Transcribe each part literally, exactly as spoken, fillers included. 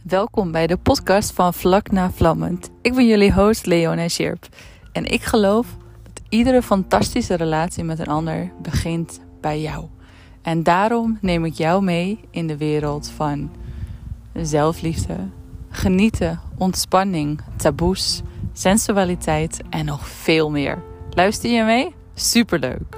Welkom bij de podcast van Vlak na Vlammend. Ik ben jullie host Leona Scherp. En ik geloof dat iedere fantastische relatie met een ander begint bij jou. En daarom neem ik jou mee in de wereld van zelfliefde, genieten, ontspanning, taboes, sensualiteit en nog veel meer. Luister je mee? Superleuk!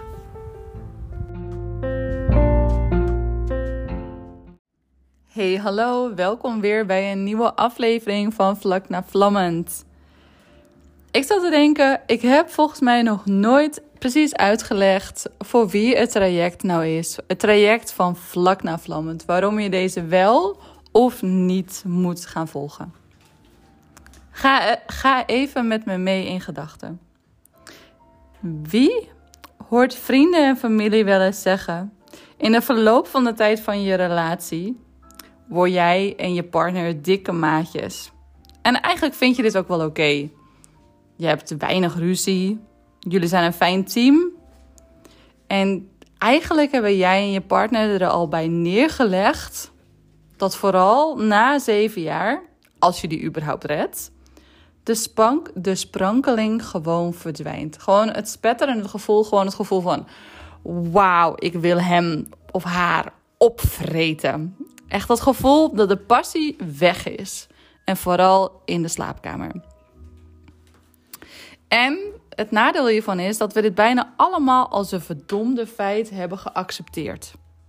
Hey, hallo, welkom weer bij een nieuwe aflevering van Vlak na Vlammend. Ik zat te denken, ik heb volgens mij nog nooit precies uitgelegd voor wie het traject nou is. Het traject van Vlak na Vlammend, waarom je deze wel of niet moet gaan volgen. Ga, ga even met me mee in gedachten. Wie hoort vrienden en familie wel eens zeggen: in de verloop van de tijd van je relatie word jij en je partner dikke maatjes. En eigenlijk vind je dit ook wel oké. Okay. Je hebt weinig ruzie. Jullie zijn een fijn team. En eigenlijk hebben jij en je partner er al bij neergelegd dat vooral na zeven jaar, als je die überhaupt redt, de, spank, de sprankeling gewoon verdwijnt. Gewoon het spetterende gevoel, gewoon het gevoel van: wauw, ik wil hem of haar opvreten. Echt dat gevoel dat de passie weg is. En vooral in de slaapkamer. En het nadeel hiervan is dat we dit bijna allemaal als een verdomde feit hebben geaccepteerd.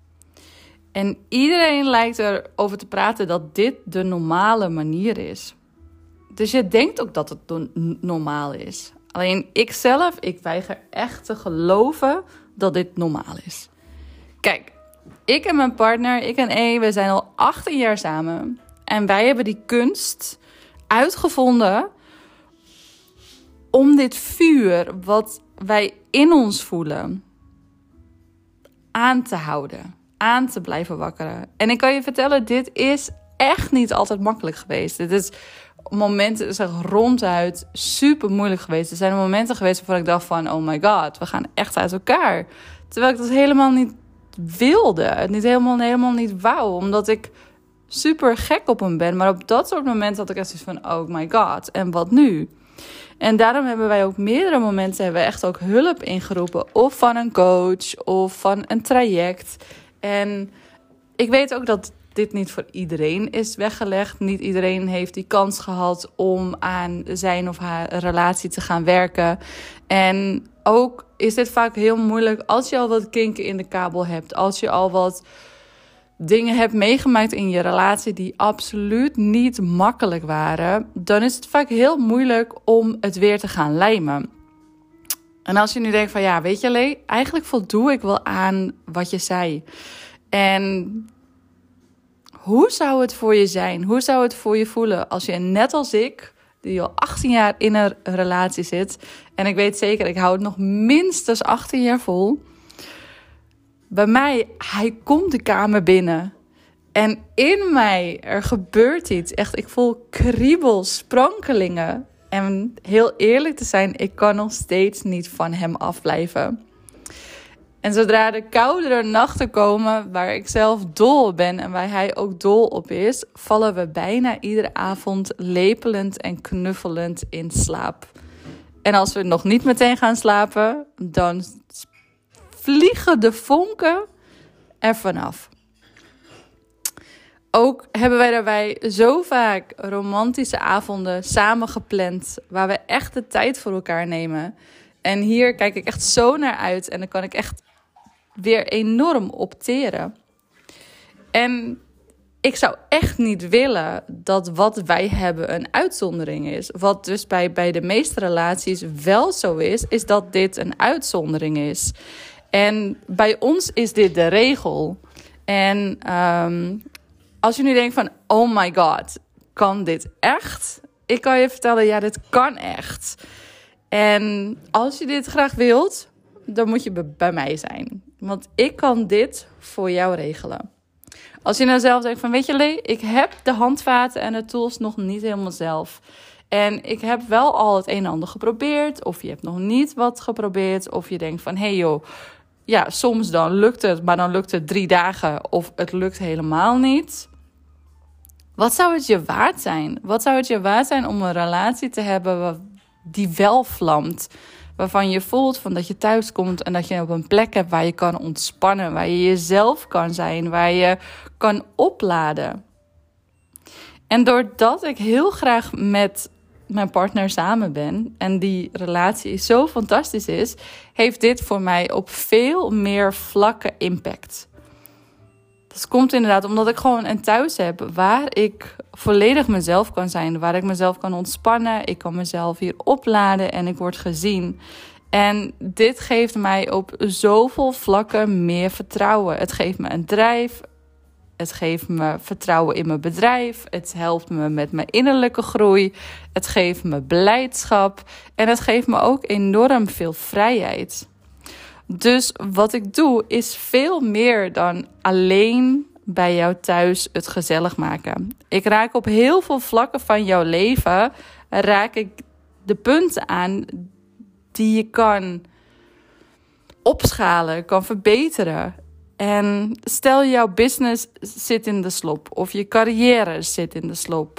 En iedereen lijkt erover te praten dat dit de normale manier is. Dus je denkt ook dat het do- normaal is. Alleen ik zelf, ik weiger echt te geloven dat dit normaal is. Kijk, ik en mijn partner, ik en E, we zijn al achttien jaar samen. En wij hebben die kunst uitgevonden om dit vuur wat wij in ons voelen aan te houden. Aan te blijven wakkeren. En ik kan je vertellen, dit is echt niet altijd makkelijk geweest. Dit is momenten, zeg ronduit, super moeilijk geweest. Er zijn momenten geweest waarvan ik dacht van: oh my god, we gaan echt uit elkaar. Terwijl ik dat helemaal niet wilde. Het niet helemaal, helemaal niet wou. Omdat ik super gek op hem ben. Maar op dat soort momenten had ik echt zoiets van: oh my god, en wat nu? En daarom hebben wij ook meerdere momenten hebben we echt ook hulp ingeroepen. Of van een coach, of van een traject. En ik weet ook dat dit niet voor iedereen is weggelegd. Niet iedereen heeft die kans gehad om aan zijn of haar relatie te gaan werken. En ook is dit vaak heel moeilijk als je al wat kinken in de kabel hebt. Als je al wat dingen hebt meegemaakt in je relatie die absoluut niet makkelijk waren, dan is het vaak heel moeilijk om het weer te gaan lijmen. En als je nu denkt van: ja, weet je Lee, eigenlijk voldoe ik wel aan wat je zei. En hoe zou het voor je zijn? Hoe zou het voor je voelen als je net als ik, die al achttien jaar in een relatie zit, en ik weet zeker, ik hou het nog minstens achttien jaar vol. Bij mij, hij komt de kamer binnen. En in mij, er gebeurt iets. Echt, ik voel kriebels, sprankelingen. En heel eerlijk te zijn, ik kan nog steeds niet van hem afblijven. En zodra de koudere nachten komen, waar ik zelf dol op ben en waar hij ook dol op is, vallen we bijna iedere avond lepelend en knuffelend in slaap. En als we nog niet meteen gaan slapen, dan vliegen de vonken er vanaf. Ook hebben wij daarbij zo vaak romantische avonden samen gepland, waar we echt de tijd voor elkaar nemen. En hier kijk ik echt zo naar uit en dan kan ik echt weer enorm opteren. En ik zou echt niet willen dat wat wij hebben een uitzondering is. Wat dus bij, bij de meeste relaties wel zo is, is dat dit een uitzondering is. En bij ons is dit de regel. En um, als je nu denkt van: oh my god, kan dit echt? Ik kan je vertellen, ja, dit kan echt. En als je dit graag wilt, dan moet je bij mij zijn. Want ik kan dit voor jou regelen. Als je nou zelf denkt van: weet je Lee, ik heb de handvaten en de tools nog niet helemaal zelf. En ik heb wel al het een en ander geprobeerd. Of je hebt nog niet wat geprobeerd. Of je denkt van: hé hey joh, ja, soms dan lukt het, maar dan lukt het drie dagen. Of het lukt helemaal niet. Wat zou het je waard zijn? Wat zou het je waard zijn om een relatie te hebben die wel vlamt? Waarvan je voelt van dat je thuis komt en dat je op een plek hebt waar je kan ontspannen. Waar je jezelf kan zijn, waar je kan opladen. En doordat ik heel graag met mijn partner samen ben en die relatie zo fantastisch is, heeft dit voor mij op veel meer vlakken impact. Dat komt inderdaad omdat ik gewoon een thuis heb waar ik volledig mezelf kan zijn. Waar ik mezelf kan ontspannen. Ik kan mezelf hier opladen en ik word gezien. En dit geeft mij op zoveel vlakken meer vertrouwen. Het geeft me een drijf. Het geeft me vertrouwen in mijn bedrijf. Het helpt me met mijn innerlijke groei. Het geeft me blijdschap. En het geeft me ook enorm veel vrijheid. Dus wat ik doe is veel meer dan alleen bij jou thuis het gezellig maken. Ik raak op heel veel vlakken van jouw leven, raak ik de punten aan die je kan opschalen, kan verbeteren. En stel jouw business zit in de slop of je carrière zit in de slop.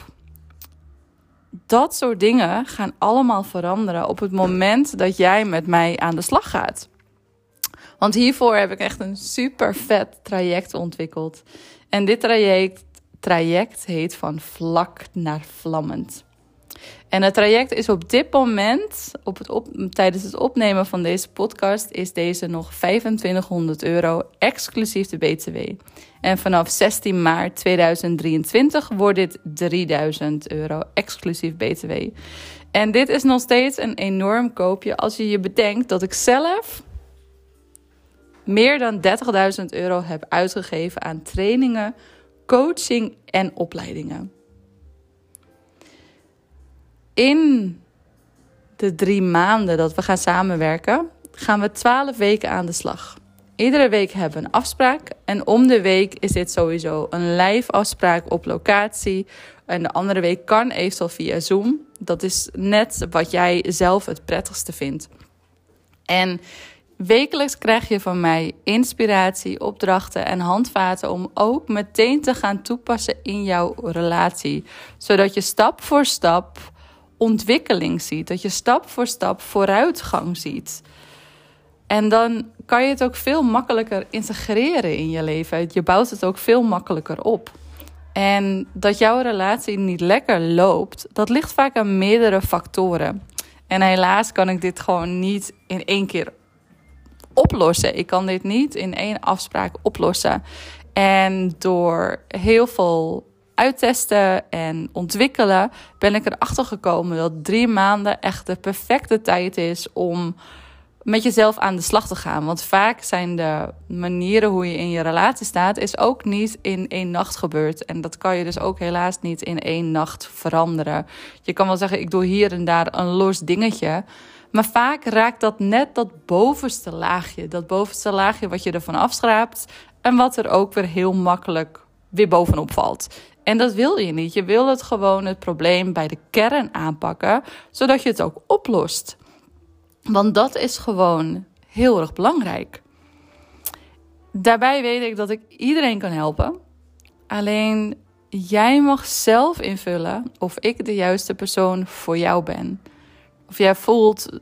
Dat soort dingen gaan allemaal veranderen op het moment dat jij met mij aan de slag gaat. Want hiervoor heb ik echt een super vet traject ontwikkeld. En dit traject, traject heet van vlak naar vlammend. En het traject is op dit moment, op het op, tijdens het opnemen van deze podcast, is deze nog vijfentwintighonderd euro exclusief de B T W. En vanaf zestien maart tweeduizend drieëntwintig wordt dit drieduizend euro exclusief B T W. En dit is nog steeds een enorm koopje als je je bedenkt dat ik zelf meer dan dertigduizend euro heb uitgegeven aan trainingen, coaching en opleidingen. In de drie maanden dat we gaan samenwerken, gaan we twaalf weken aan de slag. Iedere week hebben we een afspraak. En om de week is dit sowieso een live afspraak op locatie. En de andere week kan eventueel via Zoom. Dat is net wat jij zelf het prettigste vindt. En wekelijks krijg je van mij inspiratie, opdrachten en handvaten om ook meteen te gaan toepassen in jouw relatie. Zodat je stap voor stap ontwikkeling ziet. Dat je stap voor stap vooruitgang ziet. En dan kan je het ook veel makkelijker integreren in je leven. Je bouwt het ook veel makkelijker op. En dat jouw relatie niet lekker loopt, dat ligt vaak aan meerdere factoren. En helaas kan ik dit gewoon niet in één keer oplossen. Ik kan dit niet in één afspraak oplossen. En door heel veel uittesten en ontwikkelen ben ik erachter gekomen dat drie maanden echt de perfecte tijd is om met jezelf aan de slag te gaan. Want vaak zijn de manieren hoe je in je relatie staat is ook niet in één nacht gebeurd. En dat kan je dus ook helaas niet in één nacht veranderen. Je kan wel zeggen, ik doe hier en daar een los dingetje. Maar vaak raakt dat net dat bovenste laagje. Dat bovenste laagje wat je ervan afschraapt. En wat er ook weer heel makkelijk weer bovenop valt. En dat wil je niet. Je wil het gewoon het probleem bij de kern aanpakken. Zodat je het ook oplost. Want dat is gewoon heel erg belangrijk. Daarbij weet ik dat ik iedereen kan helpen. Alleen jij mag zelf invullen of ik de juiste persoon voor jou ben. Of jij voelt,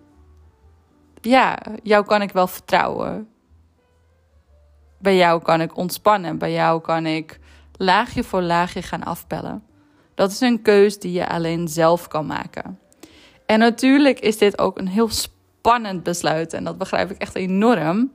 ja, jou kan ik wel vertrouwen. Bij jou kan ik ontspannen. Bij jou kan ik laagje voor laagje gaan afpellen. Dat is een keus die je alleen zelf kan maken. En natuurlijk is dit ook een heel spannend besluit. En dat begrijp ik echt enorm.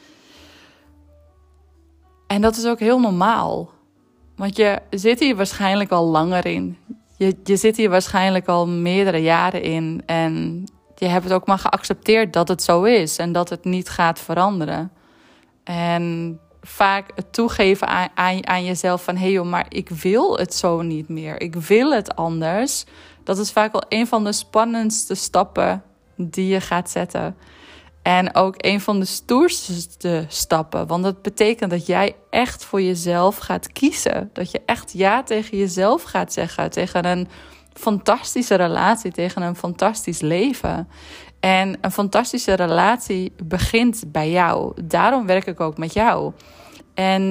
En dat is ook heel normaal. Want je zit hier waarschijnlijk al langer in. Je, je zit hier waarschijnlijk al meerdere jaren in. En je hebt het ook maar geaccepteerd dat het zo is. En dat het niet gaat veranderen. En vaak het toegeven aan, aan, aan jezelf van... hé hey joh, maar ik wil het zo niet meer. Ik wil het anders. Dat is vaak wel een van de spannendste stappen die je gaat zetten. En ook een van de stoerste stappen. Want dat betekent dat jij echt voor jezelf gaat kiezen. Dat je echt ja tegen jezelf gaat zeggen. Tegen een fantastische relatie. Tegen een fantastisch leven. En een fantastische relatie begint bij jou. Daarom werk ik ook met jou. En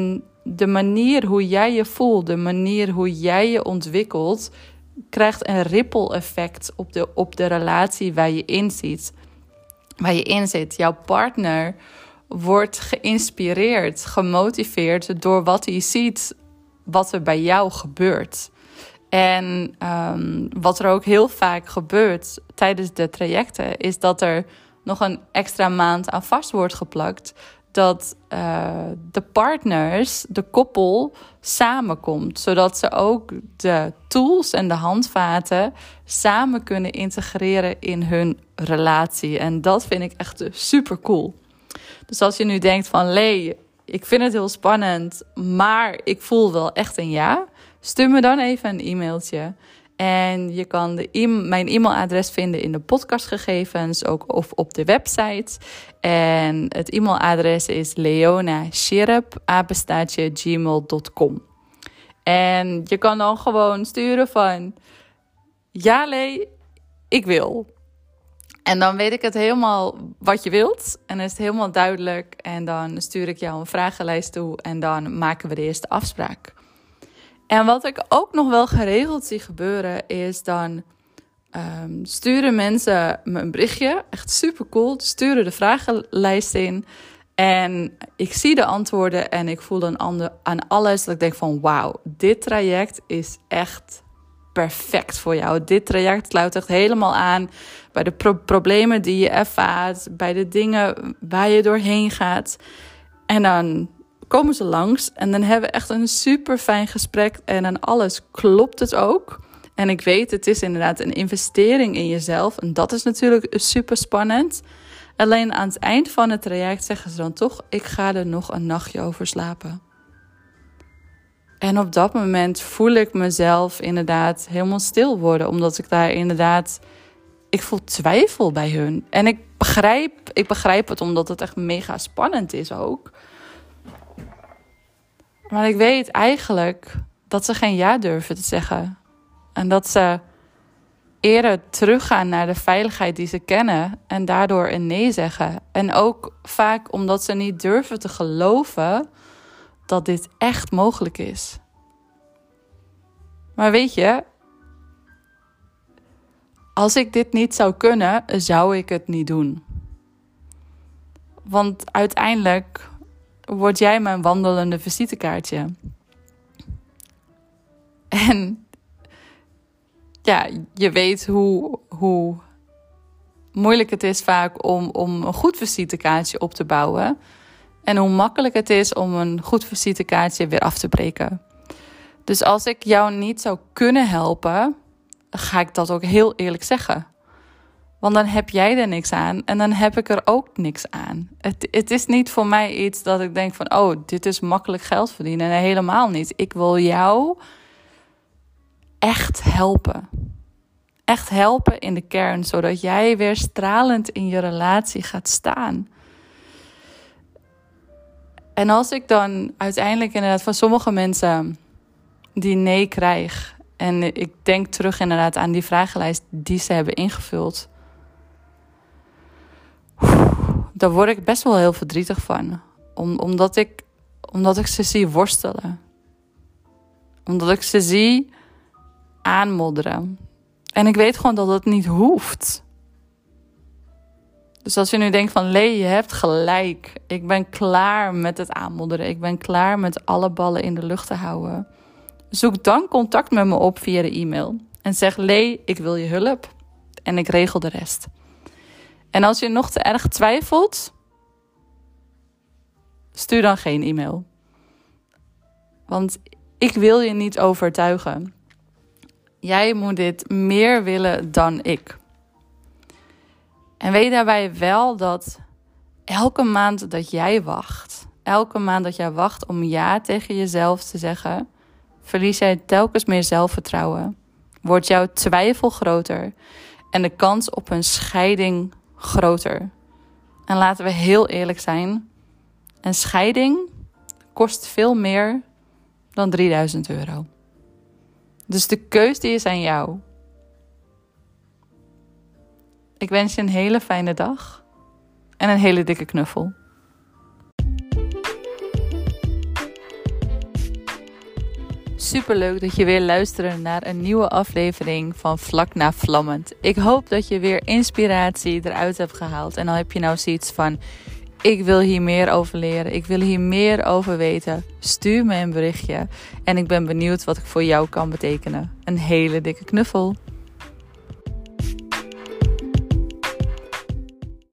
de manier hoe jij je voelt, de manier hoe jij je ontwikkelt, krijgt een ripple effect op de, op de relatie waar je in zit. Waar je in zit. Jouw partner wordt geïnspireerd, gemotiveerd door wat hij ziet, wat er bij jou gebeurt. En um, wat er ook heel vaak gebeurt tijdens de trajecten, is dat er nog een extra maand aan vast wordt geplakt. Dat uh, de partners, de koppel, samenkomt. Zodat ze ook de tools en de handvaten samen kunnen integreren in hun relatie. En dat vind ik echt super cool. Dus als je nu denkt van, Lee, ik vind het heel spannend, maar ik voel wel echt een ja. Stuur me dan even een e-mailtje. En je kan de e- mijn e-mailadres vinden in de podcastgegevens, ook of op de website. En het e-mailadres is leonascherp apenstaartje gmail dot com. En je kan dan gewoon sturen van, ja Lee, ik wil. En dan weet ik het helemaal wat je wilt. En dan is het helemaal duidelijk. En dan stuur ik jou een vragenlijst toe. En dan maken we de eerste afspraak. En wat ik ook nog wel geregeld zie gebeuren, is dan um, sturen mensen me een berichtje. Echt super cool. Sturen de vragenlijst in. En ik zie de antwoorden en ik voel dan aan, de, aan alles dat ik denk van, wauw, dit traject is echt perfect voor jou. Dit traject sluit echt helemaal aan bij de pro- problemen die je ervaart, bij de dingen waar je doorheen gaat. En dan komen ze langs en dan hebben we echt een super fijn gesprek en aan alles klopt het ook. En ik weet, het is inderdaad een investering in jezelf en dat is natuurlijk super spannend. Alleen aan het eind van het traject zeggen ze dan toch, ik ga er nog een nachtje over slapen. En op dat moment voel ik mezelf inderdaad helemaal stil worden, omdat ik daar inderdaad, ik voel twijfel bij hun. En ik begrijp, ik begrijp het omdat het echt mega spannend is ook. Maar ik weet eigenlijk dat ze geen ja durven te zeggen. En dat ze eerder teruggaan naar de veiligheid die ze kennen en daardoor een nee zeggen. En ook vaak omdat ze niet durven te geloven dat dit echt mogelijk is. Maar weet je, als ik dit niet zou kunnen, zou ik het niet doen. Want uiteindelijk word jij mijn wandelende visitekaartje. En ja, je weet hoe, hoe moeilijk het is vaak om, om een goed visitekaartje op te bouwen. En hoe makkelijk het is om een goed visitekaartje weer af te breken. Dus als ik jou niet zou kunnen helpen, ga ik dat ook heel eerlijk zeggen. Want dan heb jij er niks aan en dan heb ik er ook niks aan. Het, het is niet voor mij iets dat ik denk van, oh, dit is makkelijk geld verdienen. Nee, helemaal niet. Ik wil jou echt helpen. Echt helpen in de kern, zodat jij weer stralend in je relatie gaat staan. En als ik dan uiteindelijk inderdaad van sommige mensen die nee krijg, en ik denk terug inderdaad aan die vragenlijst die ze hebben ingevuld, daar word ik best wel heel verdrietig van. Om, omdat, ik, omdat ik ze zie worstelen. Omdat ik ze zie aanmodderen. En ik weet gewoon dat het niet hoeft. Dus als je nu denkt van, Lee, je hebt gelijk. Ik ben klaar met het aanmodderen. Ik ben klaar met alle ballen in de lucht te houden. Zoek dan contact met me op via de e-mail. En zeg, Lee, ik wil je hulp. En ik regel de rest. En als je nog te erg twijfelt, stuur dan geen e-mail. Want ik wil je niet overtuigen. Jij moet dit meer willen dan ik. En weet daarbij wel dat elke maand dat jij wacht, elke maand dat jij wacht om ja tegen jezelf te zeggen, verlies jij telkens meer zelfvertrouwen. Wordt jouw twijfel groter en de kans op een scheiding groter. En laten we heel eerlijk zijn, een scheiding kost veel meer dan drieduizend euro. Dus de keus die is aan jou. Ik wens je een hele fijne dag en een hele dikke knuffel. Super leuk dat je weer luistert naar een nieuwe aflevering van Vlak na Vlammend. Ik hoop dat je weer inspiratie eruit hebt gehaald. En dan heb je nou zoiets van, ik wil hier meer over leren. Ik wil hier meer over weten. Stuur me een berichtje. En ik ben benieuwd wat ik voor jou kan betekenen. Een hele dikke knuffel.